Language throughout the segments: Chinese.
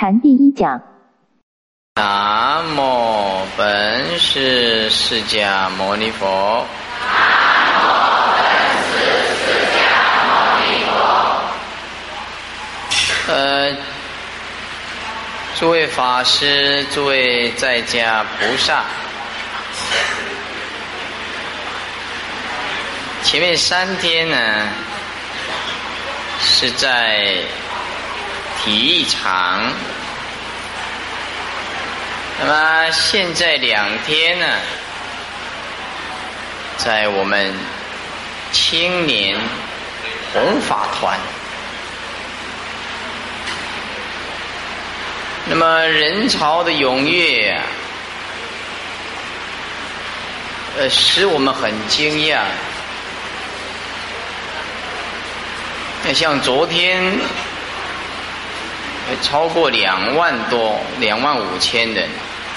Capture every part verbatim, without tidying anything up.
禅第一讲。 南无本师释迦牟尼佛。 南无本师释迦牟尼佛。 呃，诸位法师，诸位在家菩萨，前面三天呢是在体育场，那么现在两天呢，在我们青年弘法团。那么人潮的踊跃啊，呃，使我们很惊讶。那像昨天，超过两万多，两万五千人。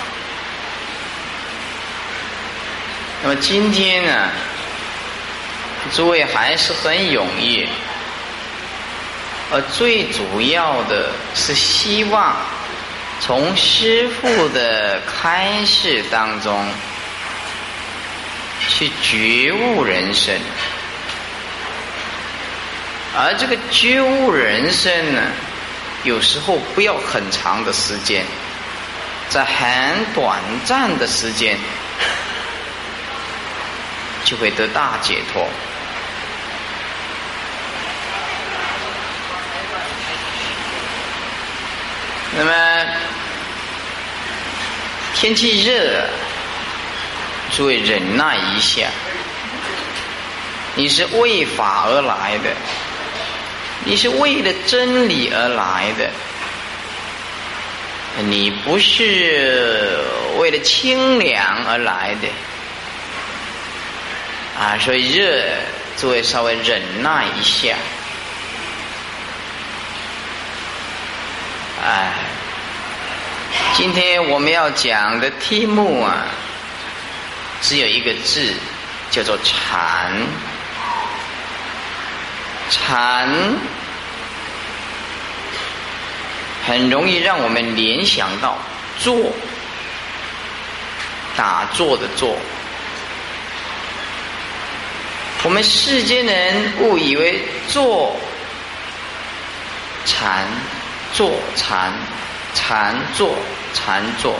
那么今天呢，诸位还是很踊跃，而最主要的是希望从师父的开示当中去觉悟人生，而这个觉悟人生呢，有时候不要很长的时间，在很短暂的时间就会得大解脱。那么天气热，诸位忍耐一下，你是为法而来的，你是为了真理而来的，你不是为了清凉而来的啊！所以热，诸位稍微忍耐一下。哎，今天我们要讲的题目啊，只有一个字，叫做禅。禅很容易让我们联想到坐，打坐的坐。我们世间人误以为坐禅。坐禅，禅坐，禅坐。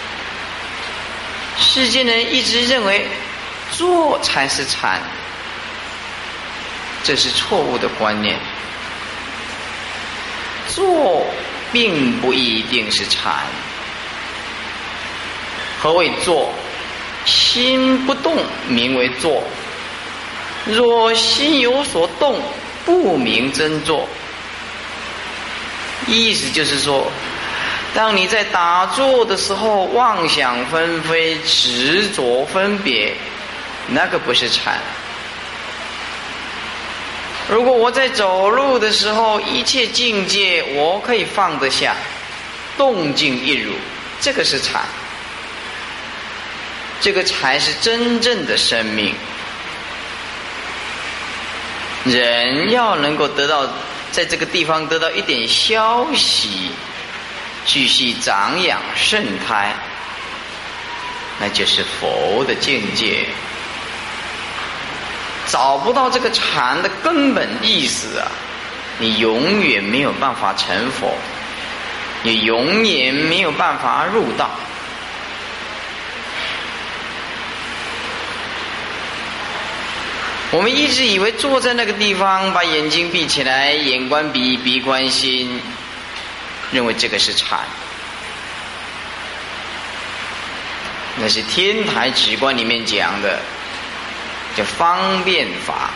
世间人一直认为坐才是禅，这是错误的观念。坐并不一定是禅。何谓坐？心不动，名为坐；若心有所动，不名真坐。意思就是说，当你在打坐的时候妄想纷飞、执着分别，那个不是禅。如果我在走路的时候，一切境界我可以放得下，动静一如，这个是禅。这个才是真正的生命。人要能够得到在这个地方得到一点消息，继续长养盛开，那就是佛的境界。找不到这个禅的根本意思啊，你永远没有办法成佛，你永远没有办法入道。我们一直以为坐在那个地方，把眼睛闭起来，眼观鼻，鼻观心，认为这个是禅。那是天台止观里面讲的，叫方便法。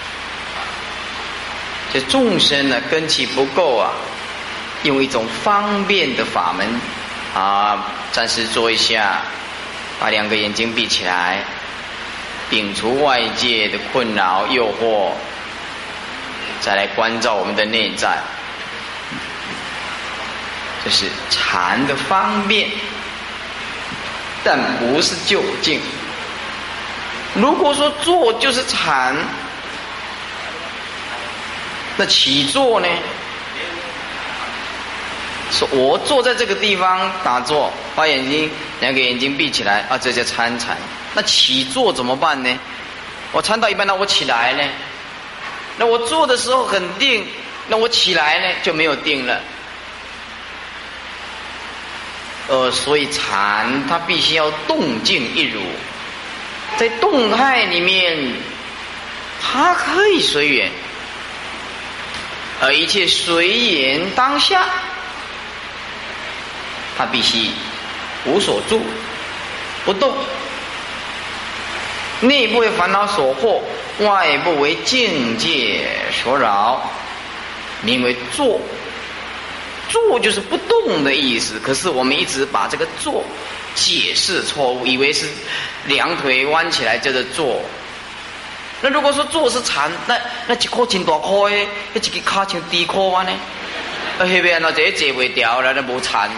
这众生呢根气不够啊，用一种方便的法门啊，暂时坐一下，把两个眼睛闭起来，摒除外界的困扰诱惑，再来关照我们的内在，这是禅的方便，但不是究竟。如果说坐就是禅，那起坐呢？ 说我坐在这个地方打坐，把眼睛两个眼睛闭起来啊，这叫参禅。那起坐怎么办呢？我参到一半，那我起来呢？那我坐的时候很定，那我起来呢就没有定了。呃，所以禅它必须要动静一如，在动态里面，它可以随缘，而一切随缘当下，它必须无所住，不动，内不为烦恼所惑，外不为境界所扰，名为坐。坐就是不动的意思，可是我们一直把这个坐解释错误，以为是两腿弯起来叫做坐。那如果说坐是禅，那那一颗真大颗的，那一个脚像低颗弯呢？啊，那边那这坐不掉了，那无禅。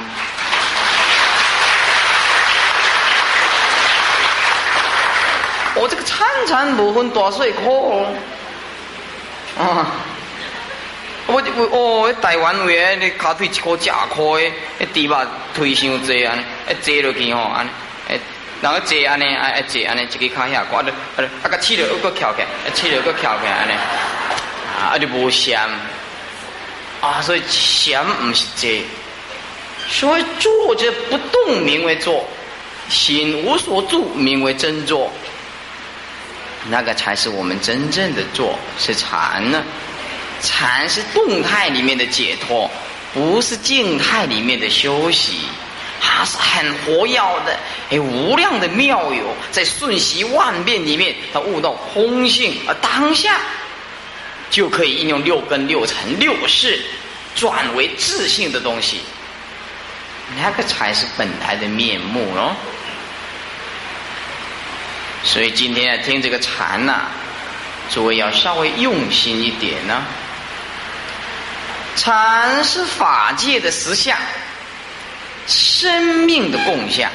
我、哦、这个参禅无分大小颗哦，啊。我我哦，台湾位诶，你骹腿一颗正颗诶，迄猪肉腿伤济安尼，一坐落去吼安尼，诶，人个坐安尼，啊啊坐安尼，一个骹遐挂着，啊啊个起着又搁翘起来，起着又搁翘起来安尼，啊啊就无禅，啊所以禅唔是坐，所以坐着不动名为坐，心无所住名为真坐，那个才是我们真正的坐，是禅呢。禅是动态里面的解脱，不是静态里面的休息，它是很活跃的，哎，无量的妙有，在瞬息万变里面，它悟到空性，而当下就可以应用六根、六尘、六识，转为自性的东西，那个才是本来的面目咯。所以今天来听这个禅呐、啊，诸位要稍微用心一点呢、啊。禅是法界的实相，生命的共相，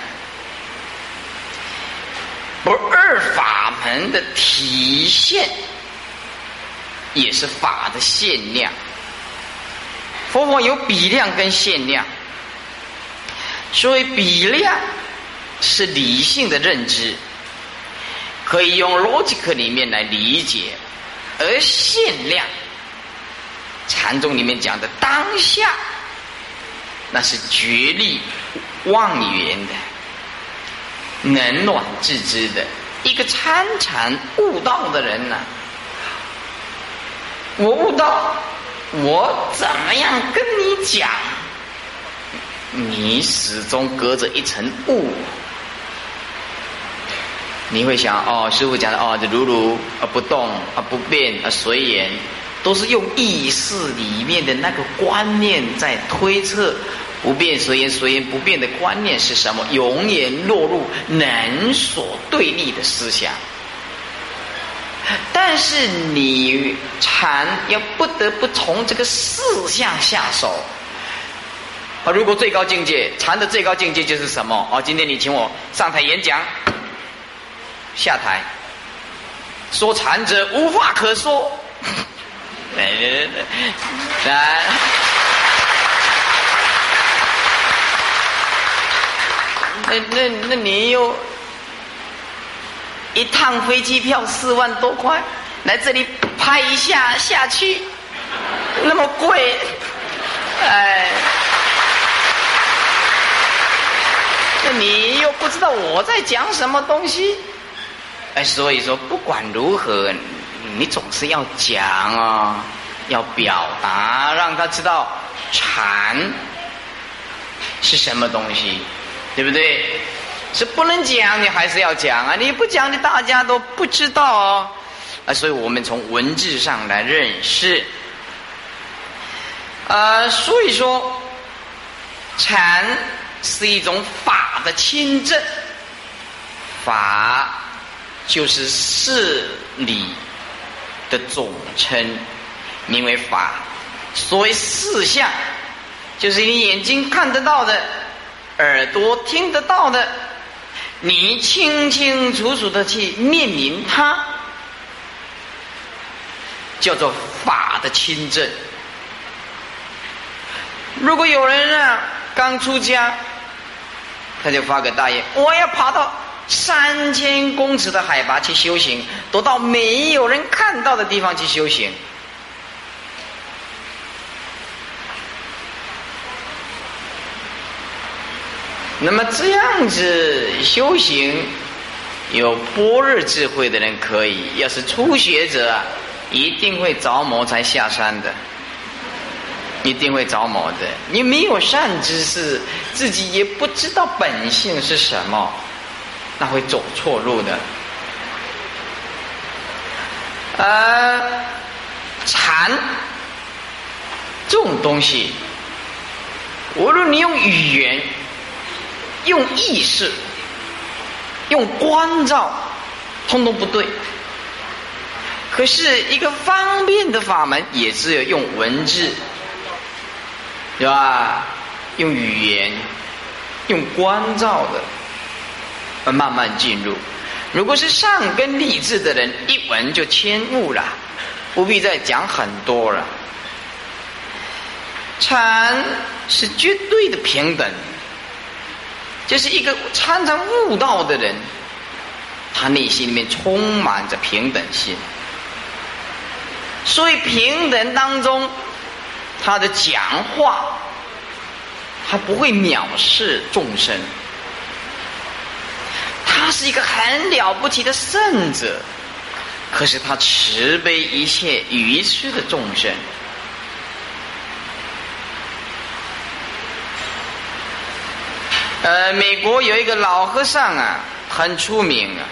不二法门的体现，也是法的限量。佛法有比量跟限量，所以比量是理性的认知，可以用逻辑里面来理解，而限量。禅宗里面讲的当下，那是觉力妄缘的，能暖自知的。一个参禅悟道的人呢、啊，我悟道，我怎么样跟你讲，你始终隔着一层雾。你会想哦，师父讲的哦，这如如啊不动啊不变啊随缘。都是用意识里面的那个观念在推测，不变随缘，随缘不变的观念是什么？永远落入能所对立的思想。但是你禅要不得不从这个事相下手。啊，如果最高境界，禅的最高境界就是什么？哦，今天你请我上台演讲，下台，说禅者无话可说。来来来，那那那你又一趟飞机票四万多块，来这里拍一下下去，那么贵，哎，那你又不知道我在讲什么东西，哎，所以说不管如何。你总是要讲啊，要表达，让他知道禅是什么东西，对不对？是不能讲，你还是要讲啊！你不讲，你大家都不知道哦。啊，所以我们从文字上来认识。呃，所以说，禅是一种法的亲证，法就是事理的总称，名为法。所谓事相，就是你眼睛看得到的，耳朵听得到的，你清清楚楚的去面临它，叫做法的亲证。 如果有人啊刚出家，他就发个大愿，我要爬到三千公尺的海拔去修行，躲到没有人看到的地方去修行。那么这样子修行，有般若智慧的人可以，要是初学者啊，一定会着魔才下山的，一定会着魔的。你没有善知识，自己也不知道本性是什么，那会走错路的。呃，禅这种东西，无论你用语言、用意识、用关照，通通不对。可是一个方便的法门，也只有用文字，对吧？用语言、用关照的，慢慢进入。如果是上根立志的人，一闻就迁悟了，不必再讲很多了。禅是绝对的平等，就是一个常常悟道的人，他内心里面充满着平等心。所以平等当中，他的讲话，他不会藐视众生，他是一个很了不起的圣者，可是他慈悲一切愚痴的众生。呃，美国有一个老和尚啊，很出名啊。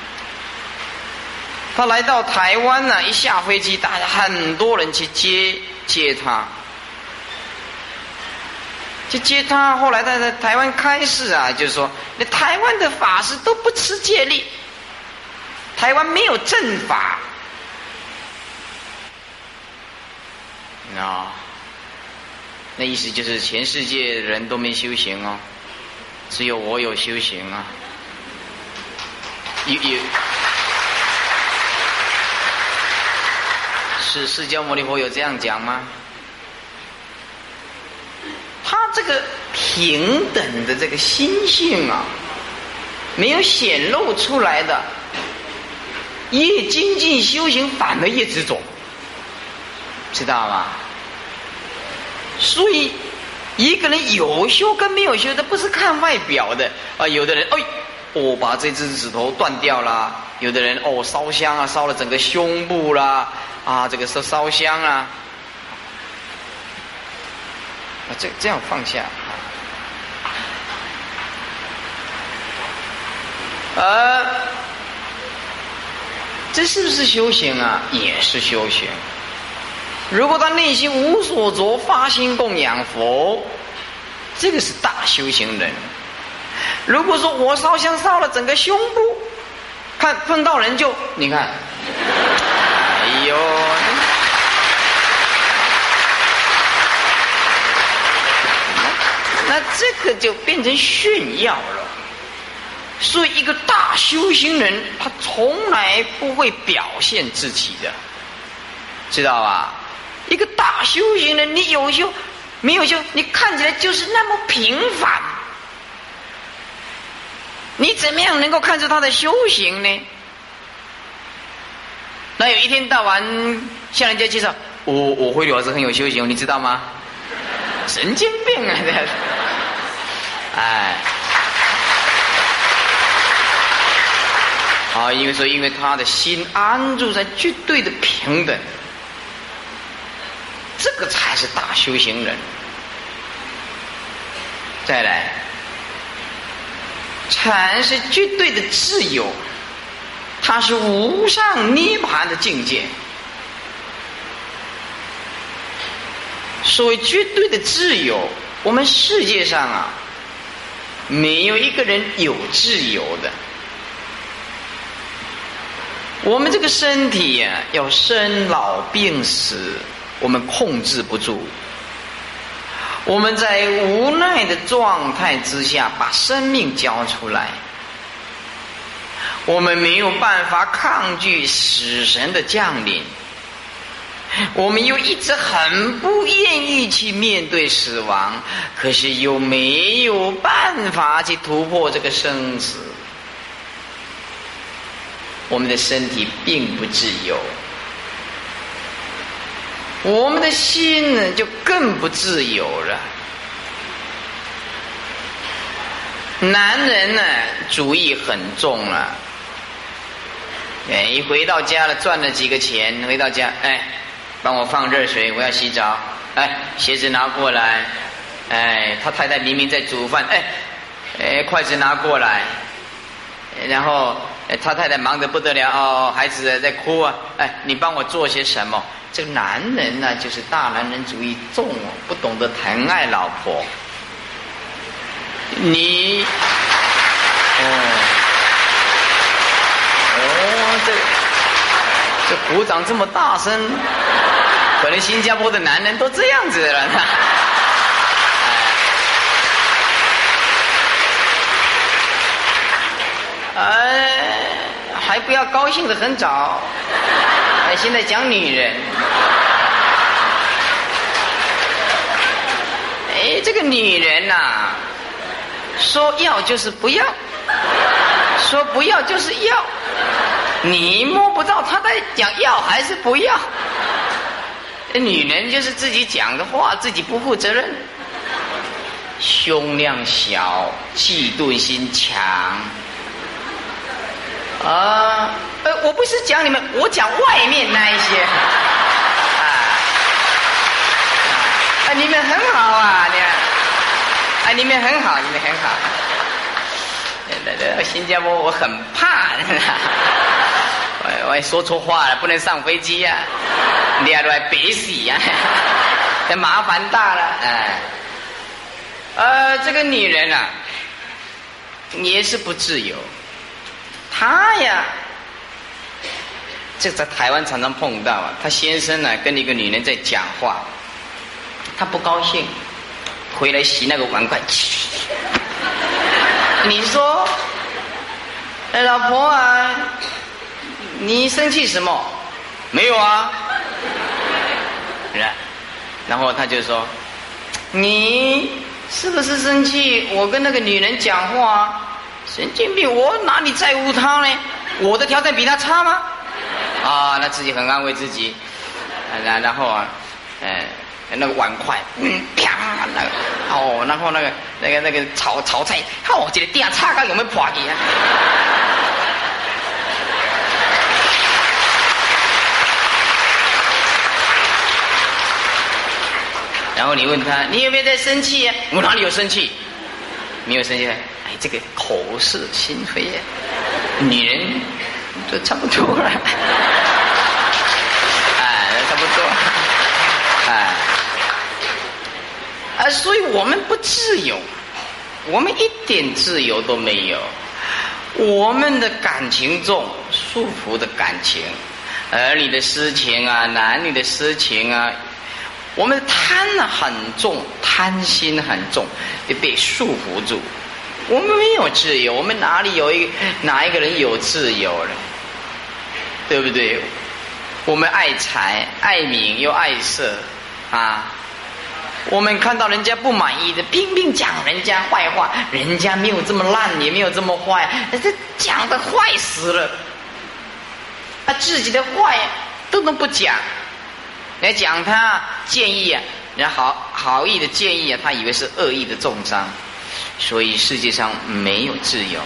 他来到台湾呢、啊，一下飞机，大家很多人去接接他，去接他。后来他在台湾开示啊，就是说，那台湾的法师都不持戒律，台湾没有正法。啊，那意思就是全世界的人都没修行哦，只有我有修行啊。有有。是释迦牟尼佛有这样讲吗？他这个平等的这个心性啊，没有显露出来的，越精进修行反而越执着，知道吗？所以一个人有修跟没有修的，不是看外表的啊。有的人哎，我、哦、把这只指头断掉了；有的人哦烧香啊，烧了整个胸部啦。啊，这个是烧香啊，啊，这这样放下。呃，这是不是修行啊？也是修行。如果他内心无所着，发心供养佛，这个是大修行人。如果说我烧香烧了整个胸部，看碰到人就你看。哎呦，那这个就变成炫耀了。所以一个大修行人，他从来不会表现自己的，知道吧？一个大修行人，你有修没有修，你看起来就是那么平凡，你怎么样能够看出他的修行呢？那有一天到晚向人家介绍，我我慧律老师很有修行，你知道吗？神经病啊！这，哎，好，因为说，因为他的心安住在绝对的平等，这个才是大修行人。再来，禅是绝对的自由。它是无上涅槃的境界。所谓绝对的自由，我们世界上啊，没有一个人有自由的。我们这个身体呀、啊，要生老病死，我们控制不住。我们在无奈的状态之下，把生命交出来。我们没有办法抗拒死神的降临， 我们又一直很不愿意去面对死亡，可是又没有办法去突破这个生死。我们的身体并不自由，我们的心呢就更不自由了。男人呢主意很重了，哎，一回到家了，赚了几个钱，回到家，哎，帮我放热水，我要洗澡，哎，鞋子拿过来，哎，他太太明明在煮饭，哎，哎，筷子拿过来，然后他太太忙得不得了，哦，孩子在哭啊，哎，你帮我做些什么？这个男人呢，就是大男人主义重哦，不懂得疼爱老婆。你，哦，哦，这这鼓掌这么大声，可能新加坡的男人都这样子了呢。哎，还不要高兴得很早。哎，现在讲女人。哎，这个女人呐、啊，说要就是不要，说不要就是要，你摸不到她在讲要还是不要。女人就是自己讲的话自己不负责任，胸量小，嫉妒心强。啊，呃，我不是讲你们，我讲外面那一些。啊，啊，你们很好啊，你看，啊，你们很好，你们很好。来新加坡我很怕，我我说错话了，不能上飞机啊，你还来别死呀，这麻烦大了，哎。呃，这个女人啊，也是不自由。他呀，这在台湾常常碰到啊。他先生呢、啊、跟一个女人在讲话，他不高兴，回来洗那个碗筷。你说，哎，老婆啊，你生气什么？没有啊。然后他就说，你是不是生气？我跟那个女人讲话。神经病！我哪里在乎他呢？我的条件比他差吗？啊，那自己很安慰自己，然然后啊，呃，那个碗筷，嗯，啪，那个，哦，然后那个那个那个炒炒菜，哦，这个地下叉缸有没有破去啊？然后你问他，你有没有在生气啊？我哪里有生气？没有生气。哎，这个口是心非呀，女人就差不多了，哎，差不多，哎，啊，所以我们不自由，我们一点自由都没有，我们的感情重，束缚的感情，儿女的私情啊，男女的私情啊，我们的贪呢很重，贪心很重，就被束缚住。我们没有自由，我们哪里有一哪一个人有自由了？对不对？我们爱财、爱名又爱色啊！我们看到人家不满意的，拼命讲人家坏话，人家没有这么烂，也没有这么坏，这讲的坏死了。啊，自己的坏都能不讲，来讲他建议啊，人家好好意的建议啊，他以为是恶意的重伤。所以世界上没有自由，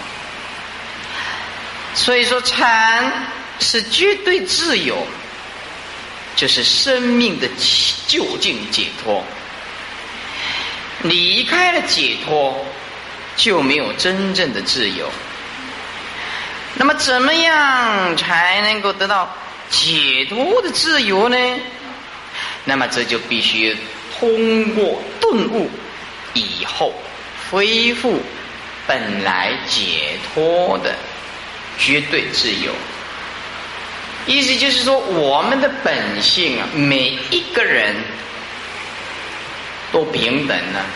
所以说禅是绝对自由，就是生命的究竟解脱。离开了解脱，就没有真正的自由。那么怎么样才能够得到解脱的自由呢？那么这就必须通过顿悟以后恢复本来解脱的绝对自由。意思就是说，我们的本性啊，每一个人都平等了，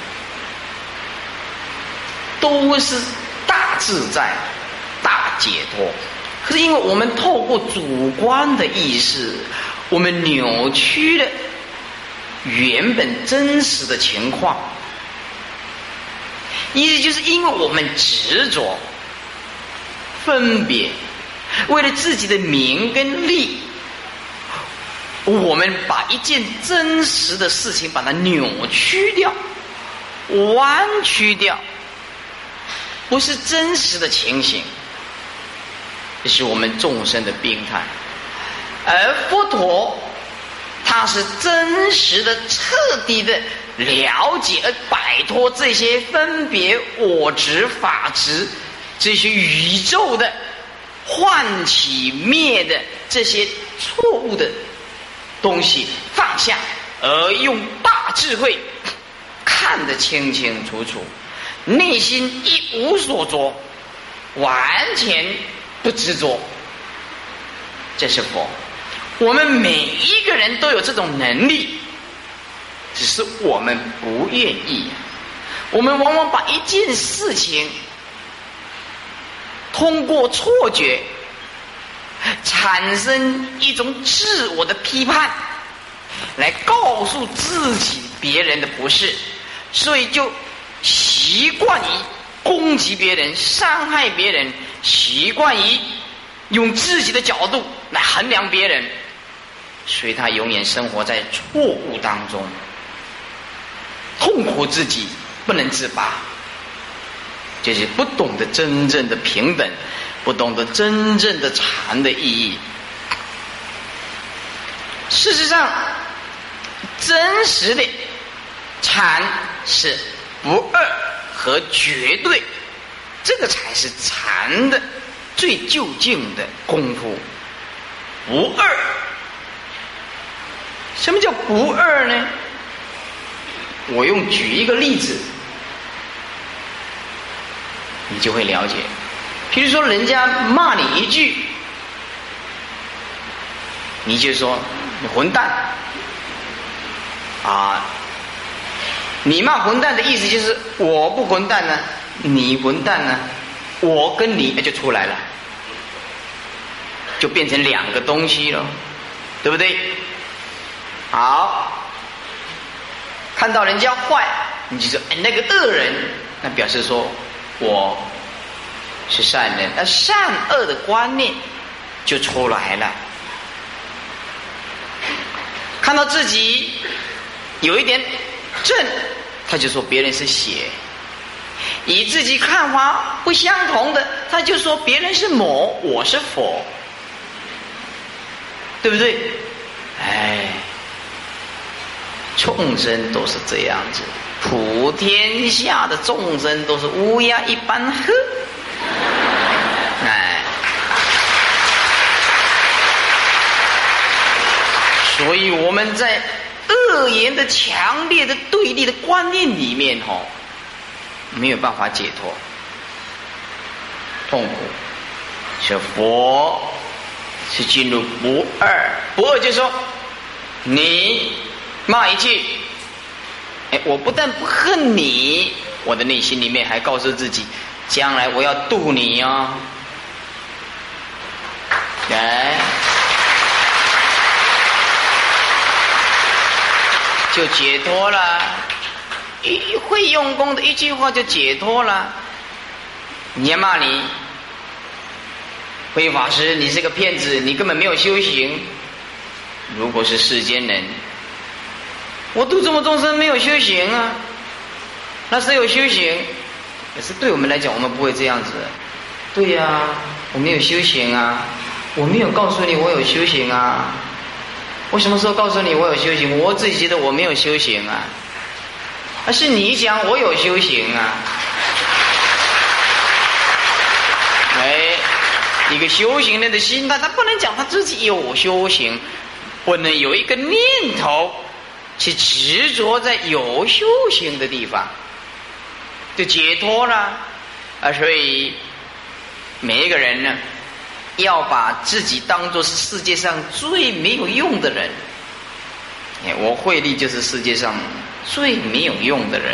都是大自在、大解脱。可是因为我们透过主观的意识， 我们扭曲了原本真实的情况。意思就是因为我们执着分别，为了自己的名跟利，我们把一件真实的事情把它扭曲掉，弯曲掉，不是真实的情形，这是我们众生的病态。而佛陀他是真实的彻底的了解而摆脱这些分别我执法执，这些宇宙的唤起灭的这些错误的东西放下，而用大智慧看得清清楚楚，内心一无所着，完全不执着。这是佛。我们每一个人都有这种能力，只是我们不愿意。我们往往把一件事情通过错觉产生一种自我的批判，来告诉自己别人的不是，所以就习惯于攻击别人、伤害别人，习惯于用自己的角度来衡量别人，所以他永远生活在错误当中，痛苦自己不能自拔，就是不懂得真正的平等，不懂得真正的禅的意义。事实上，真实的禅是不二和绝对，这个才是禅的最究竟的功夫。不二，什么叫不二呢？我用举一个例子，你就会了解。比如说人家骂你一句，你就说你混蛋啊！你骂混蛋的意思就是我不混蛋呢，你混蛋呢，我跟你就出来了，就变成两个东西了，对不对？好，看到人家坏，你就说哎那个恶人，那表示说我是善人，那善恶的观念就出来了。看到自己有一点正，他就说别人是邪；与自己看法不相同的，他就说别人是魔，我是佛，对不对？哎，众生都是这样子，普天下的众生都是乌鸦一般呵。哎，所以我们在恶言的强烈的对立的观念里面哦，没有办法解脱，痛苦。所以佛是进入不二，不二就是说你骂一句，哎，我不但不恨你，我的内心里面还告诉自己，将来我要度你哦。来，就解脱了，一会用功的一句话就解脱了。人家骂你，慧法师，你是个骗子，你根本没有修行。如果是世间人，我度这么众生没有修行啊，那谁有修行？可是对我们来讲，我们不会这样子。对呀、啊，我没有修行啊，我没有告诉你我有修行啊。我什么时候告诉你我有修行？我自己觉得我没有修行啊，而是你讲我有修行啊。哎，一个修行人的心态，他不能讲他自己有修行，不能有一个念头去执着在有修行的地方，就解脱了。啊，所以每一个人呢，要把自己当作是世界上最没有用的人。哎，我慧力就是世界上最没有用的人。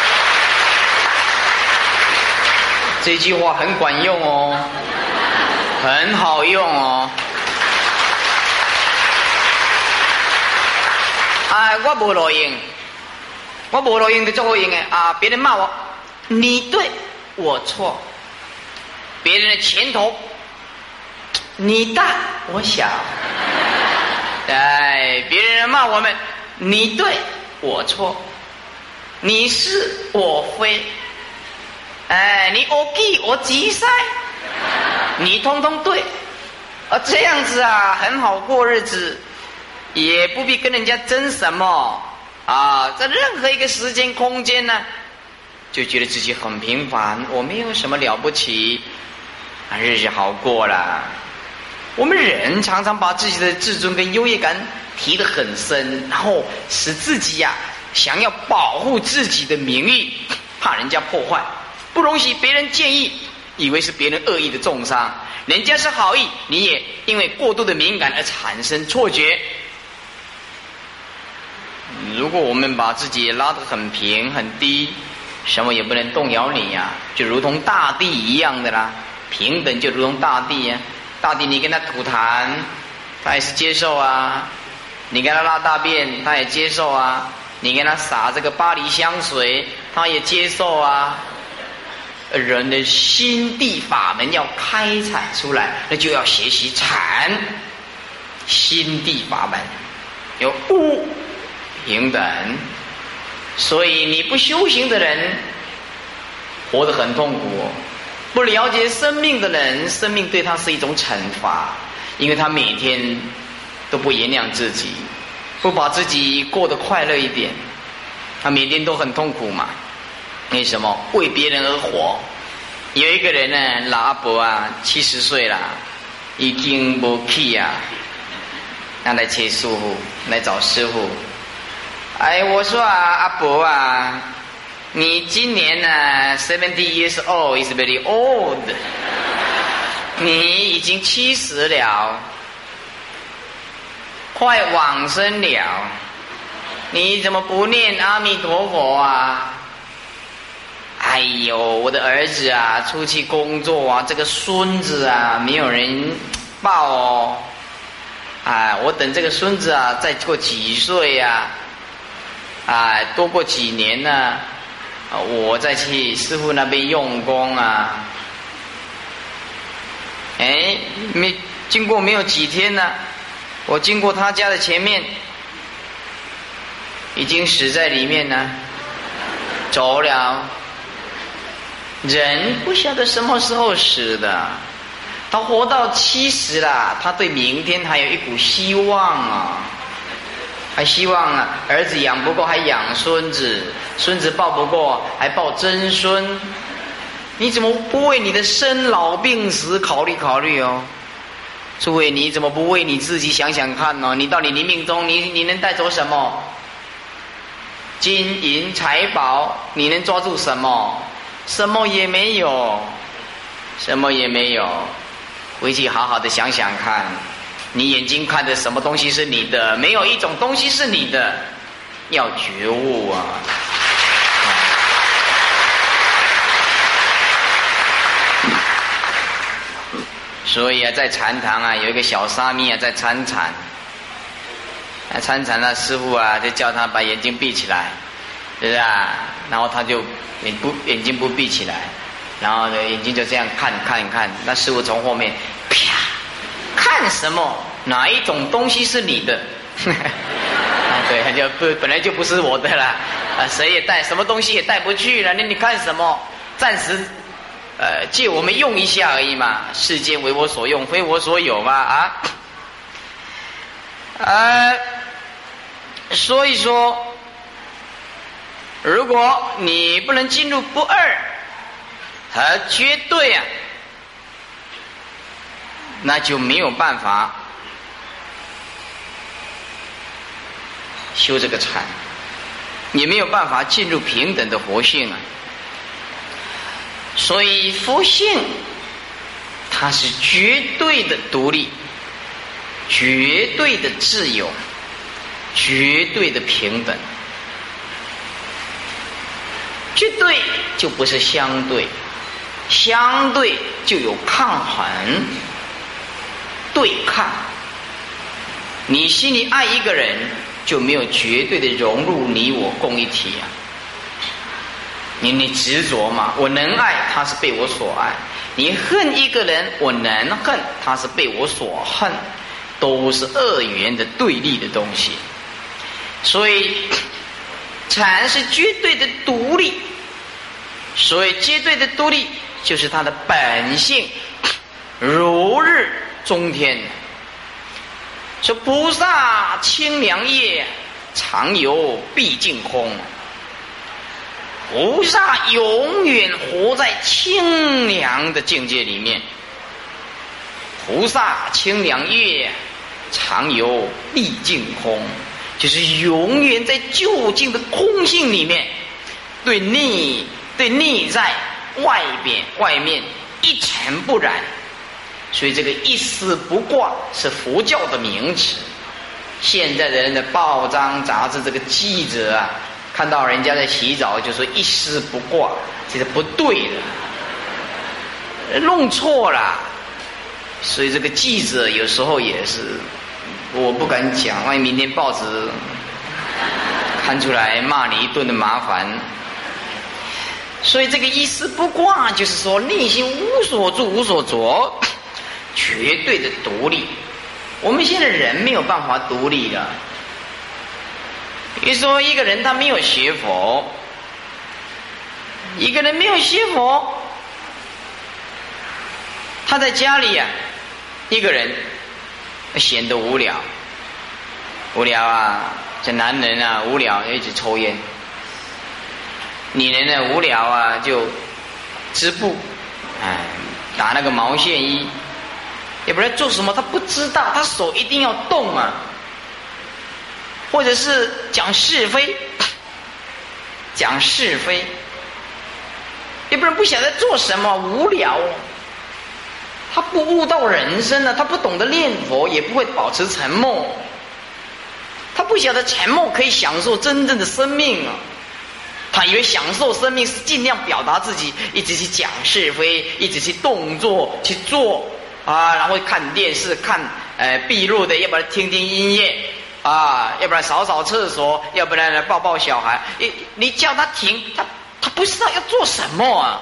这句话很管用哦。 很好用哦。啊，我无路用，我无路用就做好用的啊！别人骂我，你对我错；别人的拳头，你大我小。哎，别人骂我们，你对我错，你是我非。哎，你我记我急塞，你通通对，啊，这样子啊，很好过日子，也不必跟人家争什么啊，在任何一个时间空间呢，就觉得自己很平凡，我没有什么了不起，啊，日子好过了。我们人常常把自己的自尊跟优越感提得很深，然后使自己呀、啊、想要保护自己的名誉，怕人家破坏，不容许别人建议，以为是别人恶意的重伤，人家是好意，你也因为过度的敏感而产生错觉。如果我们把自己拉得很平很低，什么也不能动摇你呀、啊，就如同大地一样的啦，平等就如同大地呀、啊。大地你跟他吐痰，他也是接受啊；你跟他拉大便，他也接受啊；你跟他撒这个巴黎香水，他也接受啊。人的心地法门要开采出来，那就要学习禅。心地法门有物平等，所以你不修行的人活得很痛苦哦。不了解生命的人，生命对他是一种惩罚，因为他每天都不原谅自己，不把自己过得快乐一点，他每天都很痛苦嘛。为什么？为别人而活。有一个人呢，老阿伯啊，七十岁了，已经没气啊，他来切师傅，来找师傅。哎，我说啊，阿伯啊。你今年呢 seventy years old is very old， 你已经七十了，快往生了，你怎么不念阿弥陀佛啊？哎呦，我的儿子啊，出去工作啊，这个孙子啊，没有人抱哦。哎，我等这个孙子啊，再过几岁呀、啊？哎，多过几年呢、啊？我再去师父那边用功啊！哎，没经过没有几天呢，我经过他家的前面，已经死在里面了，走了。人不晓得什么时候死的，他活到七十了，他对明天还有一股希望啊！还希望啊，儿子养不够还养孙子，孙子抱不够还抱曾孙。你怎么不为你的生老病死考虑考虑哦？诸位，你怎么不为你自己想想看呢？你到你的命中，你你能带走什么？金银财宝，你能抓住什么？什么也没有，什么也没有。回去好好的想想看。你眼睛看的什么东西是你的？没有一种东西是你的，要觉悟啊！所以啊，在禅堂啊，有一个小沙弥啊，在参禅。啊，参禅那师父啊，就叫他把眼睛闭起来，是不是啊？然后他就眼不眼睛不闭起来，然后呢，眼睛就这样看看看。那师父从后面啪。看什么？哪一种东西是你的？啊，对，就不本来就不是我的啦，啊，谁也带什么东西也带不去了。那你看什么？暂时，呃，借我们用一下而已嘛。世间为我所用，非我所有嘛，啊，呃，所以说，如果你不能进入不二和绝对啊。那就没有办法修这个禅，也没有办法进入平等的佛性啊。所以佛性它是绝对的独立，绝对的自由，绝对的平等。绝对就不是相对，相对就有抗衡。 对抗。你心里爱一个人，就没有绝对的融入你我共一体啊。你你执着嘛，我能爱他是被我所爱；你恨一个人，我能恨他是被我所恨，都是二元的对立的东西。所以禅是绝对的独立，所以绝对的独立就是它的本性，如日中天。说菩萨清凉夜，常游毕竟空。菩萨永远活在清凉的境界里面。菩萨清凉夜，常游毕竟空，就是永远在究竟的空性里面，对内对内在外边外面一尘不染。所以这个一丝不挂是佛教的名词。现在的人的报章杂志，这个记者啊，看到人家在洗澡就说一丝不挂，这是不对的，弄错了。所以这个记者有时候也是，我不敢讲，万一明天报纸看出来骂你一顿的麻烦。所以这个一丝不挂就是说内心无所住无所着，绝对的独立。我们现在人没有办法独立的。比如说一个人他没有学佛，一个人没有学佛，他在家里啊，一个人闲得无聊，无聊啊，这男人啊无聊一直抽烟，女人呢无聊啊就织布，哎，打那个毛线衣，也不知道做什么，他不知道，他手一定要动啊。或者是讲是非，讲是非，也不然不晓得做什么，无聊了。他不悟到人生了，他不懂得念佛，也不会保持沉默。他不晓得沉默可以享受真正的生命啊！他以为享受生命是尽量表达自己，一直去讲是非，一直去动作去做啊，然后看电视，看呃闭路的，要不然听听音乐。啊，要不然扫扫厕所，要不然抱抱小孩。你你叫他停，他他不知道要做什么啊，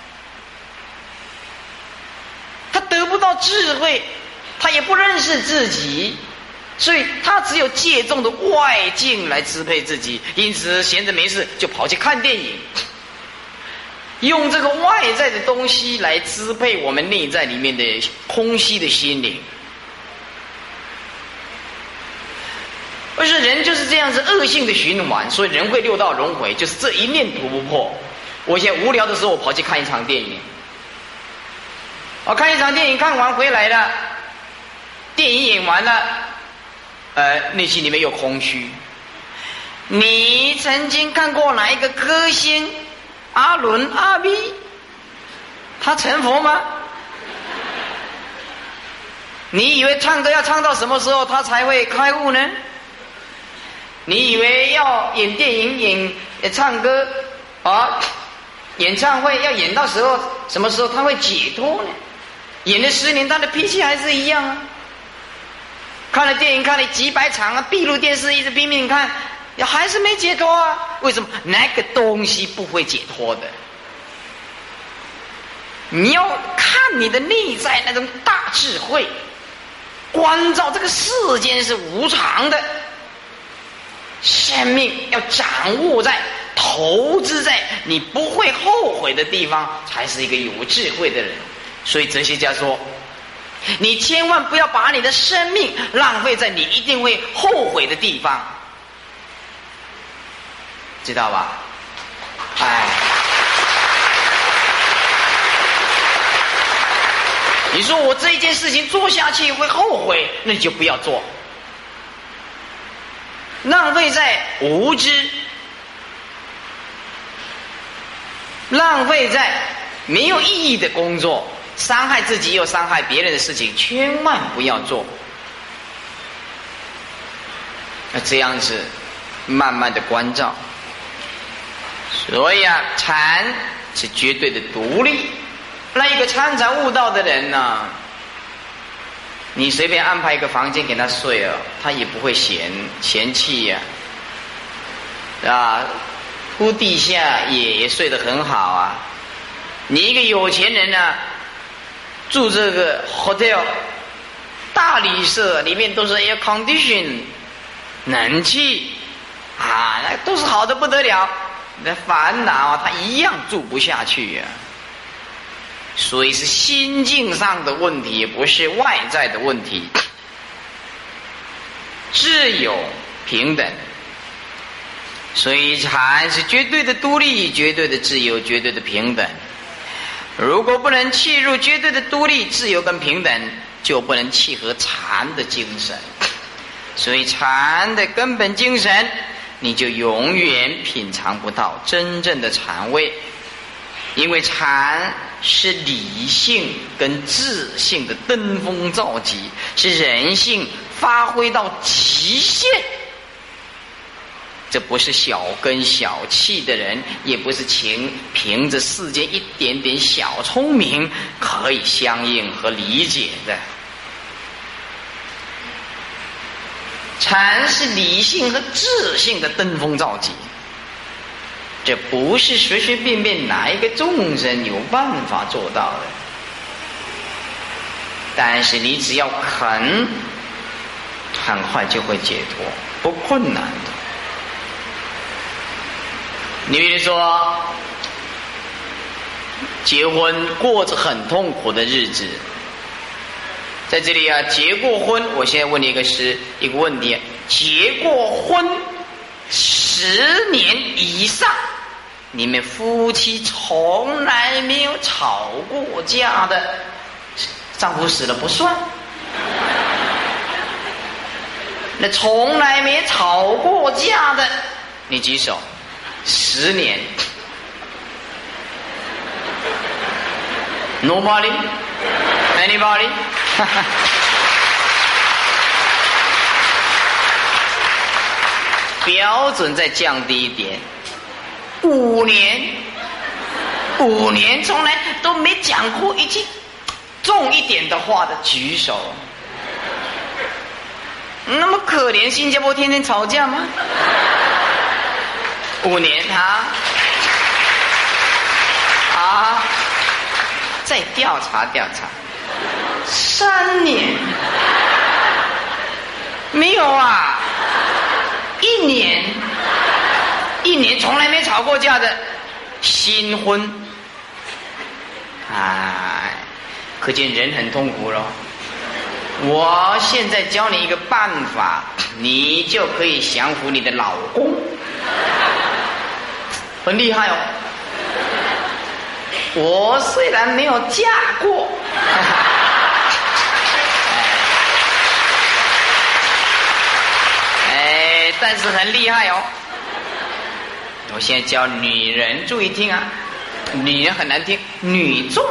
他得不到智慧，他也不认识自己，所以他只有借重的外境来支配自己，因此闲着没事就跑去看电影，用这个外在的东西来支配我们内在里面的空虚的心灵。而是人就是这样子恶性的循环，所以人会六道轮回，就是这一念突不破。我现在无聊的时候，我跑去看一场电影，我看一场电影看完回来了，电影演完了，呃，内心里面有空虚。你曾经看过哪一个歌星阿伦阿 V， 他成佛吗？你以为唱歌要唱到什么时候他才会开悟呢？你以为要演电影演唱歌啊，演唱会要演到时候什么时候他会解脱呢？演了十年他的脾气还是一样啊。看了电影看了几百场啊，闭路电视一直拼命看，还是没解脱啊。为什么？那个东西不会解脱的。你要看你的内在那种大智慧，关照这个世间是无常的，生命要掌握在投资在你不会后悔的地方，才是一个有智慧的人。所以哲学家说，你千万不要把你的生命浪费在你一定会后悔的地方，知道吧？哎，你说我这一件事情做下去会后悔，那你就不要做。浪费在无知，浪费在没有意义的工作，伤害自己又伤害别人的事情，千万不要做。那这样子慢慢的关照。所以啊，禅是绝对的独立。那一个参禅悟道的人呢、啊， 你随便安排一个房间给他睡哦，他也不会嫌嫌弃呀、啊，啊，铺地下也也睡得很好啊。你一个有钱人呢、啊，住这个 hotel 大旅社，里面都是 air condition 冷气啊，那都是好的不得了。那烦恼啊，他一样住不下去呀、啊。所以是心境上的问题，不是外在的问题。自有平等，所以禅是绝对的独立、绝对的自由、绝对的平等。如果不能契入绝对的独立、自由跟平等，就不能契合禅的精神。所以禅的根本精神，你就永远品尝不到真正的禅味。因为禅是理性跟智性的登峰造极，是人性发挥到极限。这不是小根小气的人，也不是凭凭着世间一点点小聪明可以相应和理解的。禅是理性和智性的登峰造极，这不是随随便便哪一个众生有办法做到的。但是你只要肯，很快就会解脱，不困难的。你比如说，结婚过着很痛苦的日子，在这里啊，结过婚，我现在问你一个是一个问题：结过婚十年以上，你们夫妻从来没有吵过架的，丈夫死了不算。那从来没吵过架的，你举手。十年 ，Nobody, anybody 。标准再降低一点，五年，五年从来都没讲过一句重一点的话的，举手。那么可怜，新加坡天天吵架吗？五年啊啊！再调查调查，三年没有啊？一年，一年从来没吵过架的新婚，哎，可见人很痛苦咯。我现在教你一个办法，你就可以降服你的老公。很厉害哦！我虽然没有嫁过，哎，但是很厉害哦。我现在教女人，注意听啊，女人很难听，女众。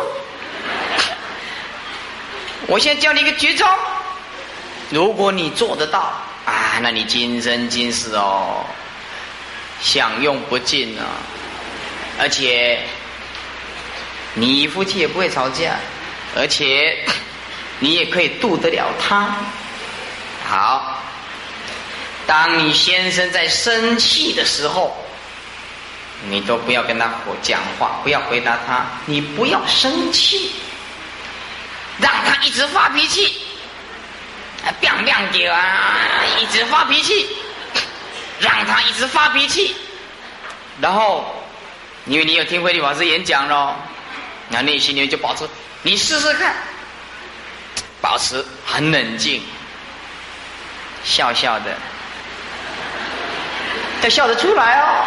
我现在教你一个绝招，如果你做得到啊，那你今生今世哦，享用不尽啊！而且你夫妻也不会吵架，而且你也可以度得了他。好，当你先生在生气的时候，你都不要跟他讲话，不要回答他，你不要生气，让他一直发脾气，啊，biang biang叫啊，一直发脾气。让他一直发脾气，然后因为你有听慧律法师演讲咯，那内心里面就保持，你试试看，保持很冷静，笑笑的，要笑得出来哦。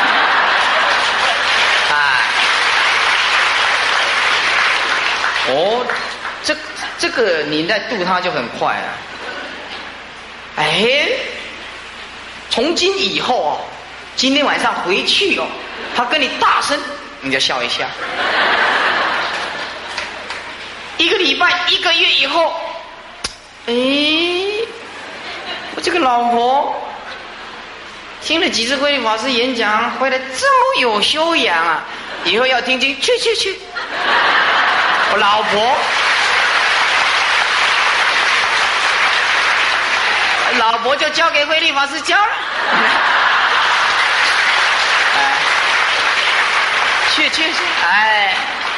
哎，哦，这这个你在度他就很快了。哎。从今以后哦，今天晚上回去哦，他跟你大声，你就笑一下。一个礼拜、一个月以后，哎，我这个老婆听了几次慧律法师演讲，回来这么有修养啊！以后要听经，去去去，我老婆老婆就交给慧律法师教了。哎，去去去，哎，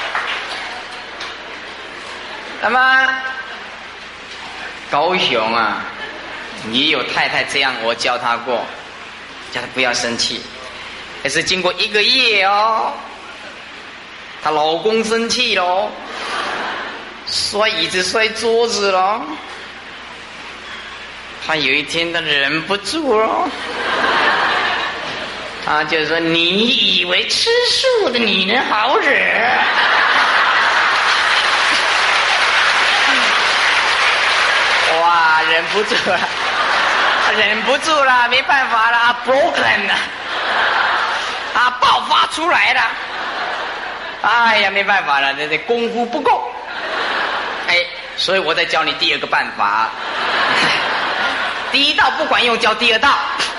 那么高雄啊，也有太太这样，我教她过，叫她不要生气。可是经过一个月哦，她老公生气喽，摔椅子摔桌子了。她有一天她忍不住了，她就说：“你以为吃素的女人好惹？”哇，忍不住了，忍不住了，没办法了 ，broken 了，啊，爆发出来了。哎呀，没办法了，这这功夫不够。哎，所以我再教你第二个办法。第一道不管用，教第二道。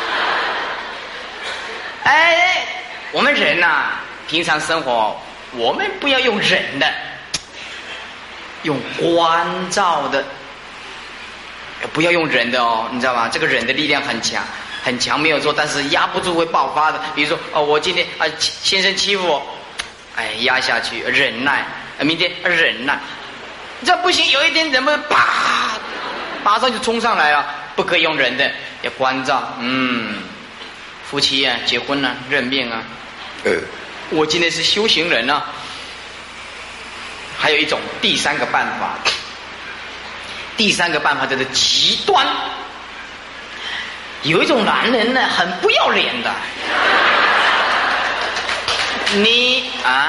哎，我们人呐、啊，平常生活，我们不要用忍的，用关照的。不要用忍的哦，你知道吗？这个忍的力量很强，很强没有错，但是压不住会爆发的。比如说，哦，我今天啊、呃、先生欺负我，哎，压下去，忍耐；明天忍耐，这不行。有一天怎么啪，马上就冲上来了，不可以用忍的，要关照。嗯，夫妻啊，结婚啊，认命啊。呃，我今天是修行人啊。还有一种第三个办法。第三个办法就是极端。有一种男人呢，很不要脸的。你啊，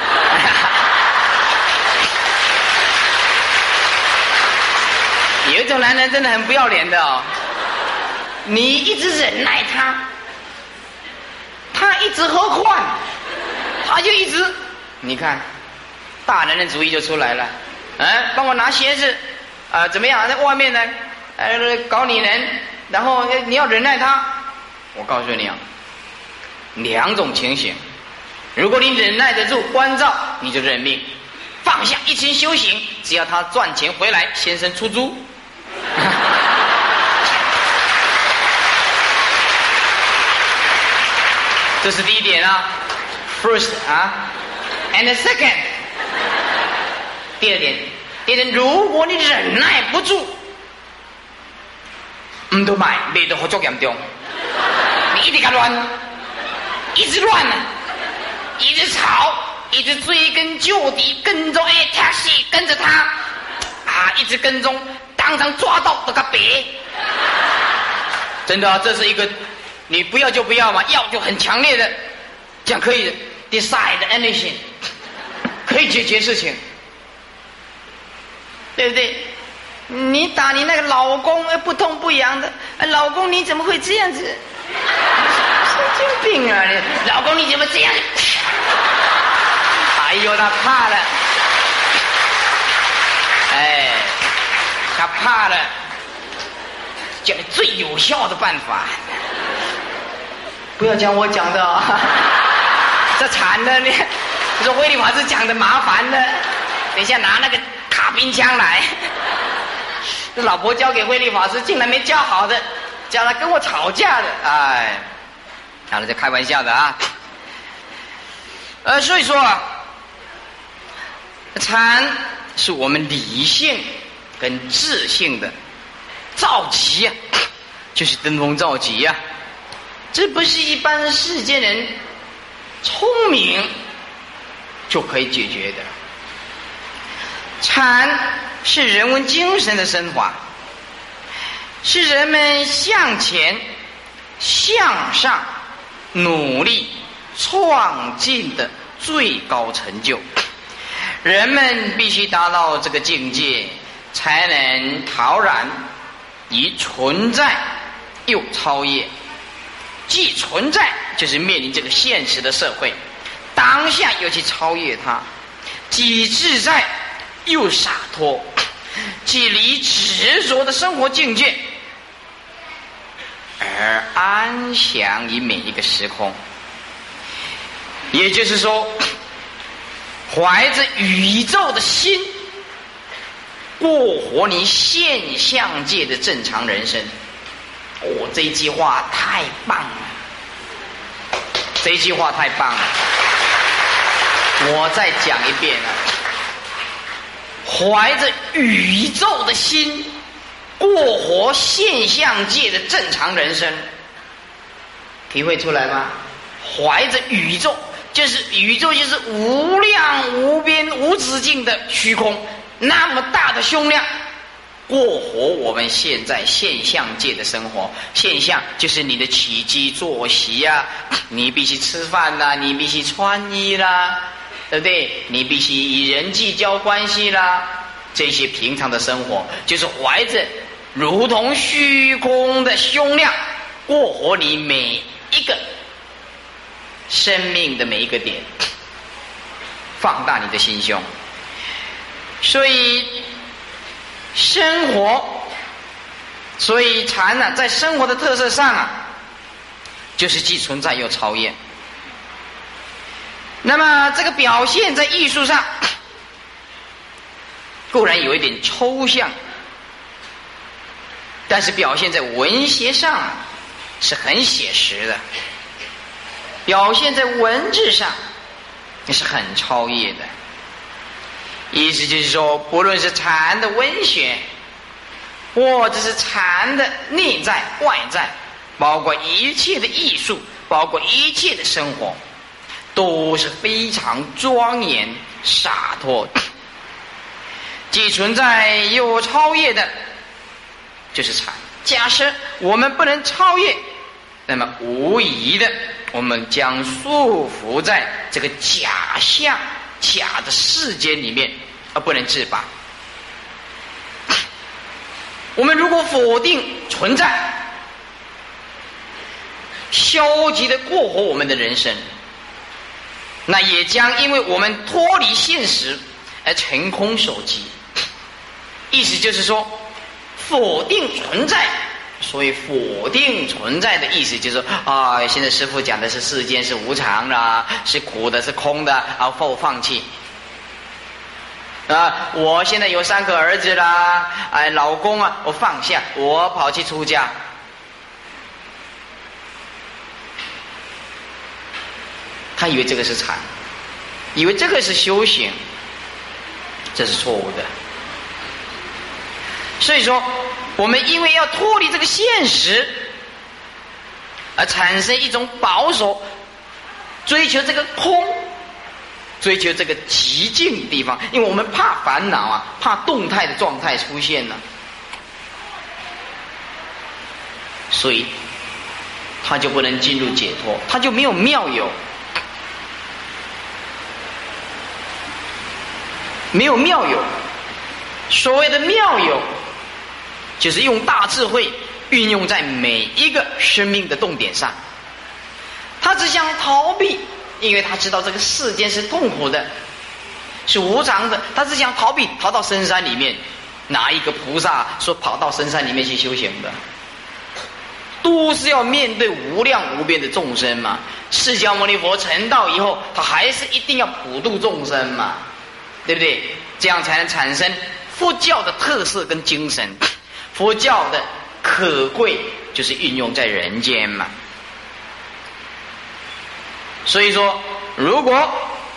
有一种男人真的很不要脸的哦。你一直忍耐他，他一直喝换，他就一直，你看，大男人主义就出来了。哎，帮我拿鞋子。啊、呃，怎么样？在外面呢，呃，搞你人，然后你要忍耐他。我告诉你啊，两种情形。如果你忍耐得住关照，你就认命，放下一心修行，只要他赚钱回来，先生出租。这是第一点啊 ，first 啊 ，and second。第二点。第二，如果你忍耐不住，唔都买，卖得好足严重。你一直给乱，一直乱呢，一直吵，一直追根究底，跟着哎 taxi 跟着他，啊，一直跟踪，当场抓到都给别。真的、啊，这是一个，你不要就不要嘛，要就很强烈的，这样可以 decide anything， 可以解决事情。对不对？你打你那个老公不痛不痒的，老公你怎么会这样子？神经病啊！你老公你怎么这样？哎呦，他怕了，哎，他怕了，教你最有效的办法，不要讲我讲的、哦，这惨了你。这慧律法师讲的麻烦了，等一下拿那个。卡冰枪来，这老婆交给慧律法师，竟然没教好的，叫他跟我吵架的，哎，好了，这开玩笑的啊。呃，所以说啊，禅是我们理性跟智性的召集啊，就是登峰造极啊，这不是一般世间人聪明就可以解决的。禅是人文精神的升华，是人们向前、向上、努力、创进的最高成就。人们必须达到这个境界，才能陶然以存在又超越。既存在，就是面临这个现实的社会，当下又去超越它；既自在，又洒脱，既离执着的生活境界，而安详于每一个时空。也就是说，怀着宇宙的心，过活你现象界的正常人生。 哦，这一句话太棒了，这一句话太棒了。我再讲一遍啊，怀着宇宙的心，过活现象界的正常人生，体会出来吗？怀着宇宙，就是宇宙就是无量无边无止境的虚空，那么大的胸量，过活我们现在现象界的生活。现象就是你的起居作息啊，你必须吃饭啦，你必须穿衣啦，对不对？你必须与人际交关系啦，这些平常的生活，就是怀着如同虚空的胸量，过活你每一个生命的每一个点，放大你的心胸。所以生活，所以禅呢、啊，在生活的特色上啊，就是既存在又超越。那么这个表现在艺术上，固然有一点抽象，但是表现在文学上啊，是很写实的，表现在文字上也是很超越的。意思就是说，不论是禅的文学，或者是禅的内在外在，包括一切的艺术，包括一切的生活，都是非常庄严洒脱，既存在又超越的，就是禅。假设我们不能超越，那么无疑的，我们将束缚在这个假象、假的世间里面，而不能自拔。我们如果否定存在，消极的过活我们的人生，那也将因为我们脱离现实而成空守寂。意思就是说，否定存在，所以否定存在的意思就是说啊，现在师父讲的是世间是无常的，是苦的，是空的，然后放弃。啊，我现在有三个儿子啦，哎，老公啊，我放下，我跑去出家。他以为这个是禅，以为这个是修行，这是错误的。所以说，我们因为要脱离这个现实，而产生一种保守，追求这个空，追求这个极静的地方，因为我们怕烦恼啊，怕动态的状态出现了，所以他就不能进入解脱，他就没有妙有。没有妙有，所谓的妙有，就是用大智慧运用在每一个生命的动点上。他只想逃避，因为他知道这个世间是痛苦的，是无常的，他只想逃避，逃到深山里面。哪一个菩萨说跑到深山里面去修行的？都是要面对无量无边的众生嘛。释迦牟尼佛成道以后，他还是一定要普度众生嘛，对不对？这样才能产生佛教的特色跟精神。佛教的可贵就是运用在人间嘛。所以说，如果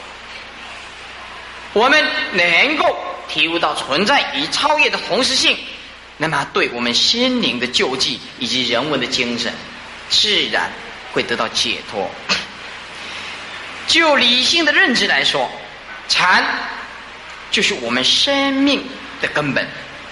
我们能够体悟到存在与超越的同时性，那么对我们心灵的救济以及人文的精神，自然会得到解脱。就理性的认知来说，禅就是我们生命的根本，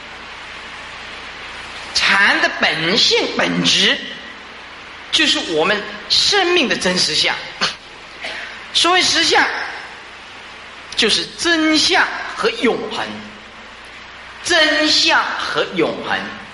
禅的本性本质就是我们生命的真实相。所谓实相，就是真相和永恒，真相和永恒。